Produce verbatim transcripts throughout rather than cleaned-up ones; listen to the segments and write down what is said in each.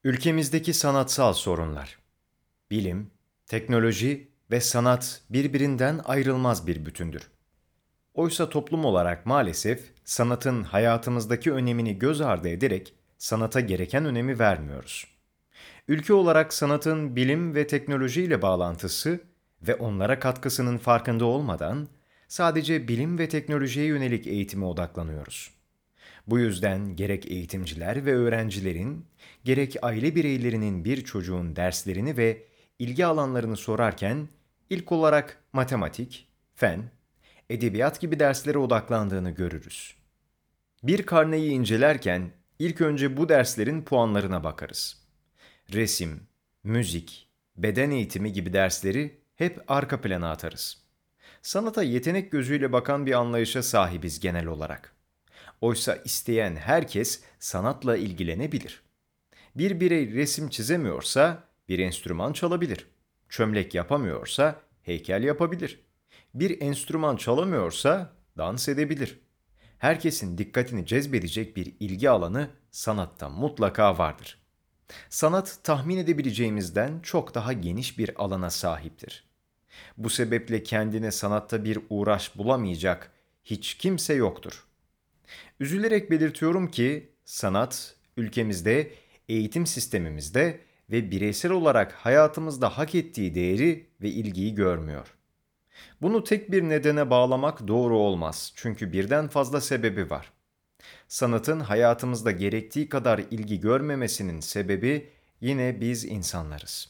Ülkemizdeki sanatsal sorunlar. Bilim, teknoloji ve sanat birbirinden ayrılmaz bir bütündür. Oysa toplum olarak maalesef sanatın hayatımızdaki önemini göz ardı ederek sanata gereken önemi vermiyoruz. Ülke olarak sanatın bilim ve teknoloji ile bağlantısı ve onlara katkısının farkında olmadan sadece bilim ve teknolojiye yönelik eğitime odaklanıyoruz. Bu yüzden gerek eğitimciler ve öğrencilerin, gerek aile bireylerinin bir çocuğun derslerini ve ilgi alanlarını sorarken ilk olarak matematik, fen, edebiyat gibi derslere odaklandığını görürüz. Bir karneyi incelerken ilk önce bu derslerin puanlarına bakarız. Resim, müzik, beden eğitimi gibi dersleri hep arka plana atarız. Sanata yetenek gözüyle bakan bir anlayışa sahibiz genel olarak. Oysa isteyen herkes sanatla ilgilenebilir. Bir birey resim çizemiyorsa bir enstrüman çalabilir. Çömlek yapamıyorsa heykel yapabilir. Bir enstrüman çalamıyorsa dans edebilir. Herkesin dikkatini cezbedecek bir ilgi alanı sanatta mutlaka vardır. Sanat tahmin edebileceğimizden çok daha geniş bir alana sahiptir. Bu sebeple kendine sanatta bir uğraş bulamayacak hiç kimse yoktur. Üzülerek belirtiyorum ki sanat ülkemizde, eğitim sistemimizde ve bireysel olarak hayatımızda hak ettiği değeri ve ilgiyi görmüyor. Bunu tek bir nedene bağlamak doğru olmaz çünkü birden fazla sebebi var. Sanatın hayatımızda gerektiği kadar ilgi görmemesinin sebebi yine biz insanlarız.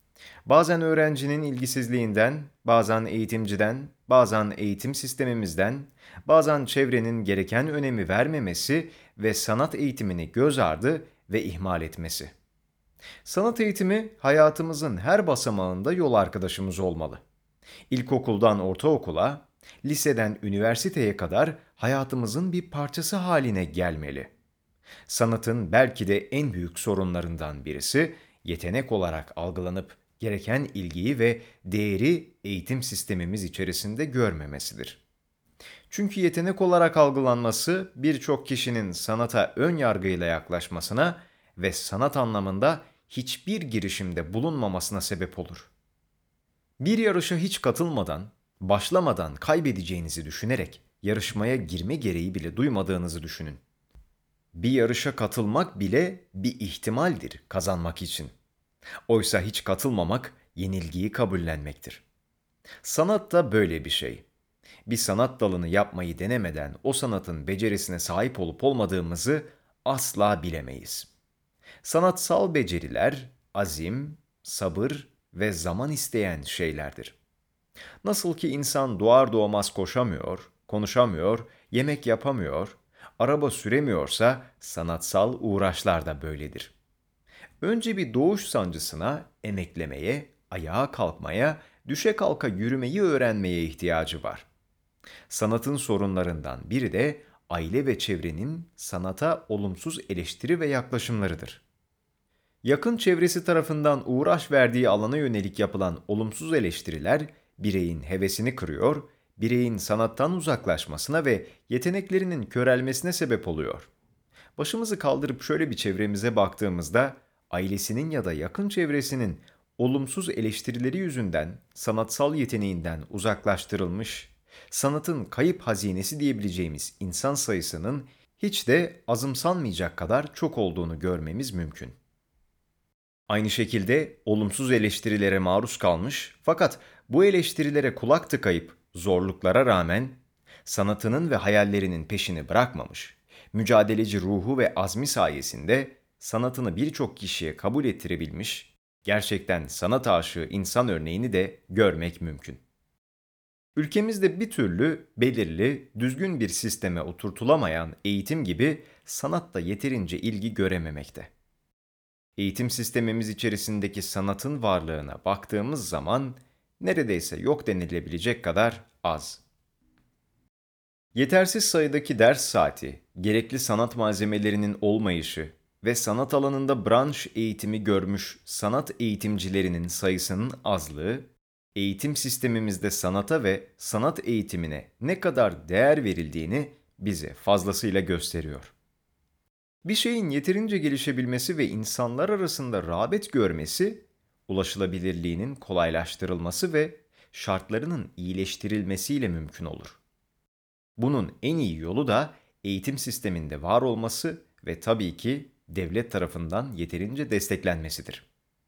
Bazen öğrencinin ilgisizliğinden, bazen eğitimciden, bazen eğitim sistemimizden, bazen çevrenin gereken önemi vermemesi ve sanat eğitimini göz ardı ve ihmal etmesi. Sanat eğitimi hayatımızın her basamağında yol arkadaşımız olmalı. İlkokuldan ortaokula, liseden üniversiteye kadar hayatımızın bir parçası haline gelmeli. Sanatın belki de en büyük sorunlarından birisi, yetenek olarak algılanıp gereken ilgiyi ve değeri eğitim sistemimiz içerisinde görmemesidir. Çünkü yetenek olarak algılanması birçok kişinin sanata ön yargıyla yaklaşmasına ve sanat anlamında hiçbir girişimde bulunmamasına sebep olur. Bir yarışa hiç katılmadan, başlamadan kaybedeceğinizi düşünerek yarışmaya girme gereği bile duymadığınızı düşünün. Bir yarışa katılmak bile bir ihtimaldir kazanmak için. Oysa hiç katılmamak yenilgiyi kabullenmektir. Sanat da böyle bir şey. Bir sanat dalını yapmayı denemeden o sanatın becerisine sahip olup olmadığımızı asla bilemeyiz. Sanatsal beceriler azim, sabır ve zaman isteyen şeylerdir. Nasıl ki insan doğar doğmaz koşamıyor, konuşamıyor, yemek yapamıyor, araba süremiyorsa sanatsal uğraşlar da böyledir. Önce bir doğuş sancısına, emeklemeye, ayağa kalkmaya, düşe kalka yürümeyi öğrenmeye ihtiyacı var. Sanatın sorunlarından biri de aile ve çevrenin sanata olumsuz eleştiri ve yaklaşımlarıdır. Yakın çevresi tarafından uğraş verdiği alana yönelik yapılan olumsuz eleştiriler bireyin hevesini kırıyor, bireyin sanattan uzaklaşmasına ve yeteneklerinin körelmesine sebep oluyor. Başımızı kaldırıp şöyle bir çevremize baktığımızda ailesinin ya da yakın çevresinin olumsuz eleştirileri yüzünden sanatsal yeteneğinden uzaklaştırılmış, sanatın kayıp hazinesi diyebileceğimiz insan sayısının hiç de azımsanmayacak kadar çok olduğunu görmemiz mümkün. Aynı şekilde olumsuz eleştirilere maruz kalmış fakat bu eleştirilere kulak tıkayıp zorluklara rağmen sanatının ve hayallerinin peşini bırakmamış, mücadeleci ruhu ve azmi sayesinde sanatını birçok kişiye kabul ettirebilmiş, gerçekten sanat aşığı insan örneğini de görmek mümkün. Ülkemizde bir türlü belirli, düzgün bir sisteme oturtulamayan eğitim gibi sanatta yeterince ilgi görememekte. Eğitim sistemimiz içerisindeki sanatın varlığına baktığımız zaman neredeyse yok denilebilecek kadar az. Yetersiz sayıdaki ders saati, gerekli sanat malzemelerinin olmayışı ve sanat alanında branş eğitimi görmüş sanat eğitimcilerinin sayısının azlığı, eğitim sistemimizde sanata ve sanat eğitimine ne kadar değer verildiğini bize fazlasıyla gösteriyor. Bir şeyin yeterince gelişebilmesi ve insanlar arasında rağbet görmesi, ulaşılabilirliğinin kolaylaştırılması ve şartlarının iyileştirilmesiyle mümkün olur. Bunun en iyi yolu da eğitim sisteminde var olması ve tabii ki devlet tarafından yeterince desteklenmesidir.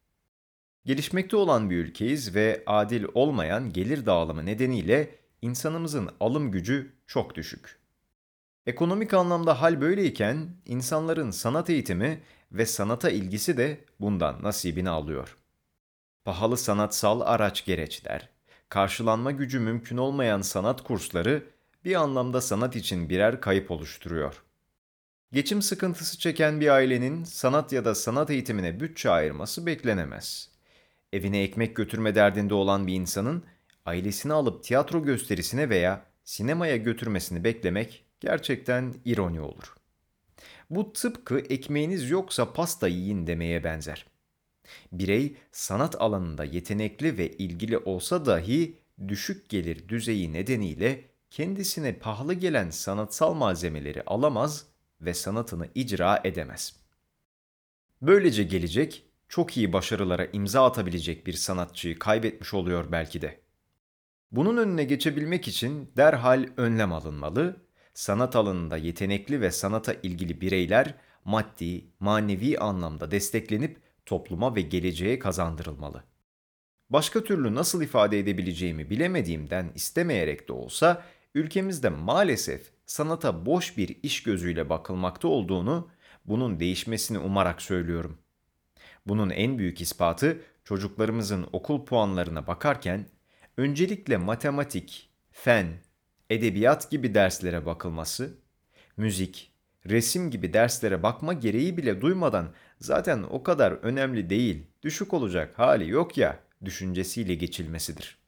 Gelişmekte olan bir ülkeyiz ve adil olmayan gelir dağılımı nedeniyle insanımızın alım gücü çok düşük. Ekonomik anlamda hal böyleyken insanların sanat eğitimi ve sanata ilgisi de bundan nasibini alıyor. Pahalı sanatsal araç gereçler, karşılanma gücü mümkün olmayan sanat kursları bir anlamda sanat için birer kayıp oluşturuyor. Geçim sıkıntısı çeken bir ailenin sanat ya da sanat eğitimine bütçe ayırması beklenemez. Evine ekmek götürme derdinde olan bir insanın ailesini alıp tiyatro gösterisine veya sinemaya götürmesini beklemek gerçekten ironi olur. Bu tıpkı ekmeğiniz yoksa pasta yiyin demeye benzer. Birey sanat alanında yetenekli ve ilgili olsa dahi düşük gelir düzeyi nedeniyle kendisine pahalı gelen sanatsal malzemeleri alamaz ve sanatını icra edemez. Böylece gelecek, çok iyi başarılara imza atabilecek bir sanatçıyı kaybetmiş oluyor belki de. Bunun önüne geçebilmek için derhal önlem alınmalı, sanat alanında yetenekli ve sanata ilgili bireyler maddi, manevi anlamda desteklenip topluma ve geleceğe kazandırılmalı. Başka türlü nasıl ifade edebileceğimi bilemediğimden istemeyerek de olsa ülkemizde maalesef sanata boş bir iş gözüyle bakılmakta olduğunu, bunun değişmesini umarak söylüyorum. Bunun en büyük ispatı çocuklarımızın okul puanlarına bakarken öncelikle matematik, fen, edebiyat gibi derslere bakılması, müzik, resim gibi derslere bakma gereği bile duymadan zaten o kadar önemli değil, düşük olacak hali yok ya düşüncesiyle geçilmesidir.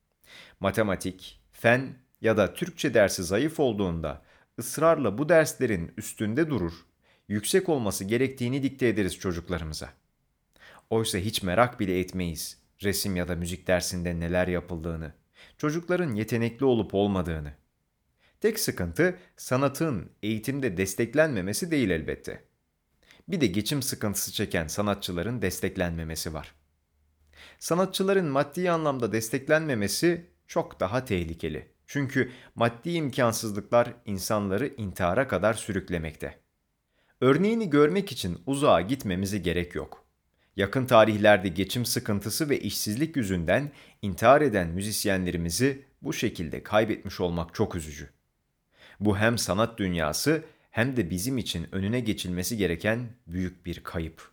Matematik, fen ya da Türkçe dersi zayıf olduğunda ısrarla bu derslerin üstünde durur, yüksek olması gerektiğini dikte ederiz çocuklarımıza. Oysa hiç merak bile etmeyiz resim ya da müzik dersinde neler yapıldığını, çocukların yetenekli olup olmadığını. Tek sıkıntı sanatın eğitimde desteklenmemesi değil elbette. Bir de geçim sıkıntısı çeken sanatçıların desteklenmemesi var. Sanatçıların maddi anlamda desteklenmemesi çok daha tehlikeli. Çünkü maddi imkansızlıklar insanları intihara kadar sürüklemekte. Örneğini görmek için uzağa gitmemize gerek yok. Yakın tarihlerde geçim sıkıntısı ve işsizlik yüzünden intihar eden müzisyenlerimizi bu şekilde kaybetmiş olmak çok üzücü. Bu hem sanat dünyası hem de bizim için önüne geçilmesi gereken büyük bir kayıp.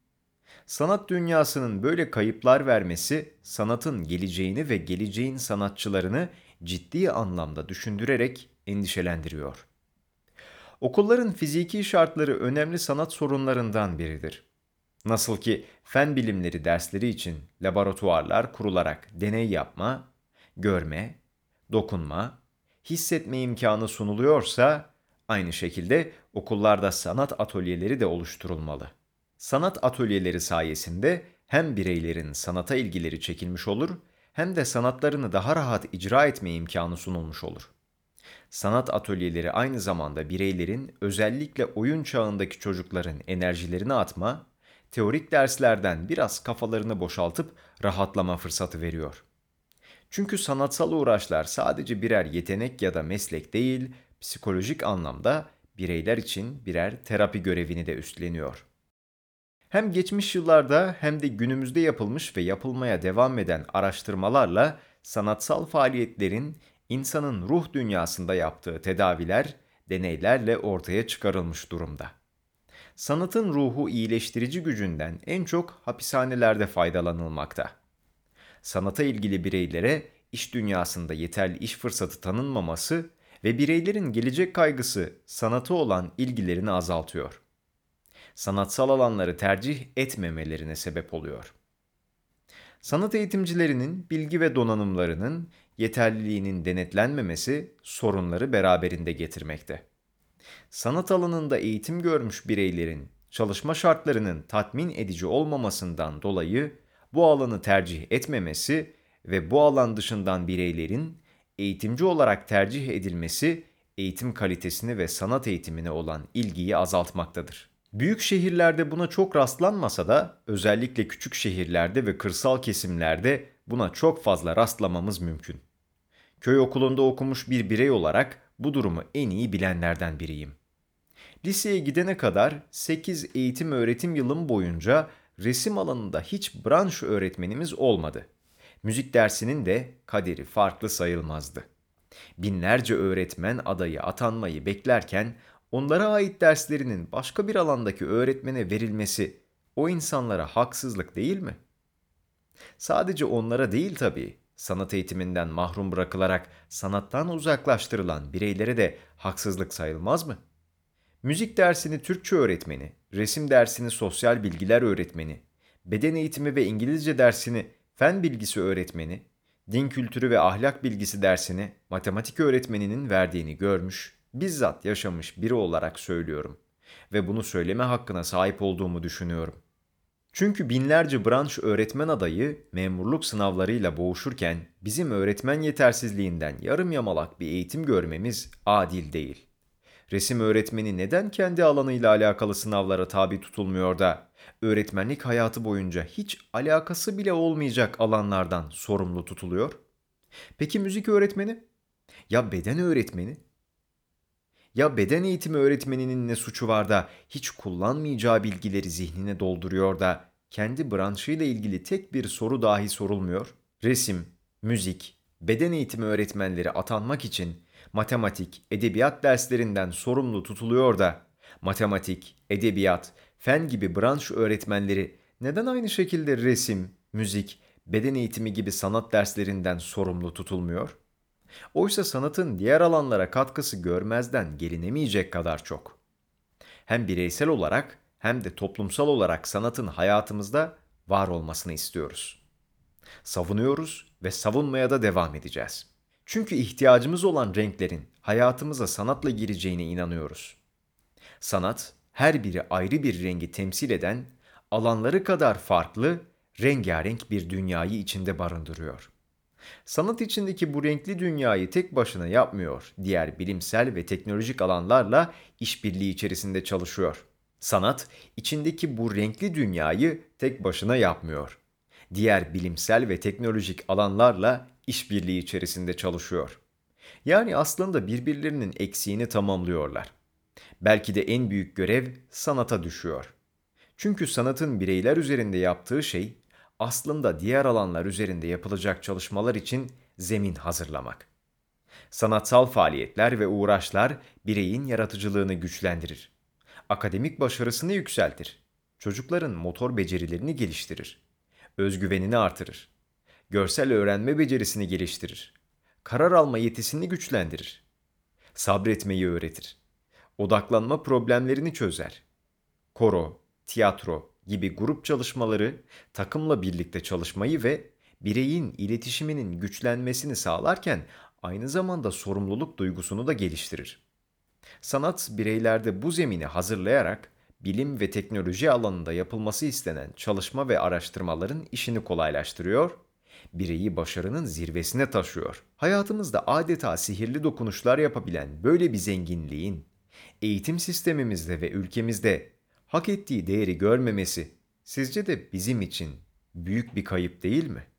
Sanat dünyasının böyle kayıplar vermesi sanatın geleceğini ve geleceğin sanatçılarını ciddi anlamda düşündürerek endişelendiriyor. Okulların fiziki şartları önemli sanat sorunlarından biridir. Nasıl ki fen bilimleri dersleri için laboratuvarlar kurularak deney yapma, görme, dokunma, hissetme imkanı sunuluyorsa, aynı şekilde okullarda sanat atölyeleri de oluşturulmalı. Sanat atölyeleri sayesinde hem bireylerin sanata ilgileri çekilmiş olur, hem de sanatlarını daha rahat icra etme imkanı sunulmuş olur. Sanat atölyeleri aynı zamanda bireylerin, özellikle oyun çağındaki çocukların enerjilerini atma, teorik derslerden biraz kafalarını boşaltıp rahatlama fırsatı veriyor. Çünkü sanatsal uğraşlar sadece birer yetenek ya da meslek değil, psikolojik anlamda bireyler için birer terapi görevini de üstleniyor. Hem geçmiş yıllarda hem de günümüzde yapılmış ve yapılmaya devam eden araştırmalarla sanatsal faaliyetlerin insanın ruh dünyasında yaptığı tedaviler, deneylerle ortaya çıkarılmış durumda. Sanatın ruhu iyileştirici gücünden en çok hapishanelerde faydalanılmakta. Sanata ilgili bireylere iş dünyasında yeterli iş fırsatı tanınmaması ve bireylerin gelecek kaygısı sanata olan ilgilerini azaltıyor. Sanatsal alanları tercih etmemelerine sebep oluyor. Sanat eğitimcilerinin bilgi ve donanımlarının yeterliliğinin denetlenmemesi sorunları beraberinde getirmekte. Sanat alanında eğitim görmüş bireylerin çalışma şartlarının tatmin edici olmamasından dolayı bu alanı tercih etmemesi ve bu alan dışından bireylerin eğitimci olarak tercih edilmesi eğitim kalitesini ve sanat eğitimine olan ilgiyi azaltmaktadır. Büyük şehirlerde buna çok rastlanmasa da özellikle küçük şehirlerde ve kırsal kesimlerde buna çok fazla rastlamamız mümkün. Köy okulunda okumuş bir birey olarak bu durumu en iyi bilenlerden biriyim. Liseye gidene kadar sekiz eğitim öğretim yılım boyunca resim alanında hiç branş öğretmenimiz olmadı. Müzik dersinin de kaderi farklı sayılmazdı. Binlerce öğretmen adayı atanmayı beklerken onlara ait derslerinin başka bir alandaki öğretmene verilmesi o insanlara haksızlık değil mi? Sadece onlara değil tabii, sanat eğitiminden mahrum bırakılarak sanattan uzaklaştırılan bireylere de haksızlık sayılmaz mı? Müzik dersini Türkçe öğretmeni, resim dersini sosyal bilgiler öğretmeni, beden eğitimi ve İngilizce dersini fen bilgisi öğretmeni, din kültürü ve ahlak bilgisi dersini matematik öğretmeninin verdiğini görmüş, bizzat yaşamış biri olarak söylüyorum ve bunu söyleme hakkına sahip olduğumu düşünüyorum. Çünkü binlerce branş öğretmen adayı memurluk sınavlarıyla boğuşurken bizim öğretmen yetersizliğinden yarım yamalak bir eğitim görmemiz adil değil. Resim öğretmeni neden kendi alanıyla alakalı sınavlara tabi tutulmuyor da öğretmenlik hayatı boyunca hiç alakası bile olmayacak alanlardan sorumlu tutuluyor? Peki müzik öğretmeni? Ya beden öğretmeni? Ya beden eğitimi öğretmeninin ne suçu var da hiç kullanmayacağı bilgileri zihnine dolduruyor da kendi branşıyla ilgili tek bir soru dahi sorulmuyor? Resim, müzik, beden eğitimi öğretmenleri atanmak için matematik, edebiyat derslerinden sorumlu tutuluyor da matematik, edebiyat, fen gibi branş öğretmenleri neden aynı şekilde resim, müzik, beden eğitimi gibi sanat derslerinden sorumlu tutulmuyor? Oysa sanatın diğer alanlara katkısı görmezden gelinemeyecek kadar çok. Hem bireysel olarak hem de toplumsal olarak sanatın hayatımızda var olmasını istiyoruz. Savunuyoruz ve savunmaya da devam edeceğiz. Çünkü ihtiyacımız olan renklerin hayatımıza sanatla gireceğine inanıyoruz. Sanat, her biri ayrı bir rengi temsil eden, alanları kadar farklı, rengarenk bir dünyayı içinde barındırıyor. Sanat içindeki bu renkli dünyayı tek başına yapmıyor, diğer bilimsel ve teknolojik alanlarla işbirliği içerisinde çalışıyor. Sanat, içindeki bu renkli dünyayı tek başına yapmıyor. Diğer bilimsel ve teknolojik alanlarla işbirliği içerisinde çalışıyor. Yani aslında birbirlerinin eksiğini tamamlıyorlar. Belki de en büyük görev sanata düşüyor. Çünkü sanatın bireyler üzerinde yaptığı şey aslında diğer alanlar üzerinde yapılacak çalışmalar için zemin hazırlamak. Sanatsal faaliyetler ve uğraşlar bireyin yaratıcılığını güçlendirir. Akademik başarısını yükseltir. Çocukların motor becerilerini geliştirir. Özgüvenini artırır. Görsel öğrenme becerisini geliştirir. Karar alma yetisini güçlendirir. Sabretmeyi öğretir. Odaklanma problemlerini çözer. Koro, tiyatro gibi grup çalışmaları, takımla birlikte çalışmayı ve bireyin iletişiminin güçlenmesini sağlarken aynı zamanda sorumluluk duygusunu da geliştirir. Sanat bireylerde bu zemini hazırlayarak bilim ve teknoloji alanında yapılması istenen çalışma ve araştırmaların işini kolaylaştırıyor, bireyi başarının zirvesine taşıyor. Hayatımızda adeta sihirli dokunuşlar yapabilen böyle bir zenginliğin eğitim sistemimizde ve ülkemizde hak ettiği değeri görmemesi sizce de bizim için büyük bir kayıp değil mi?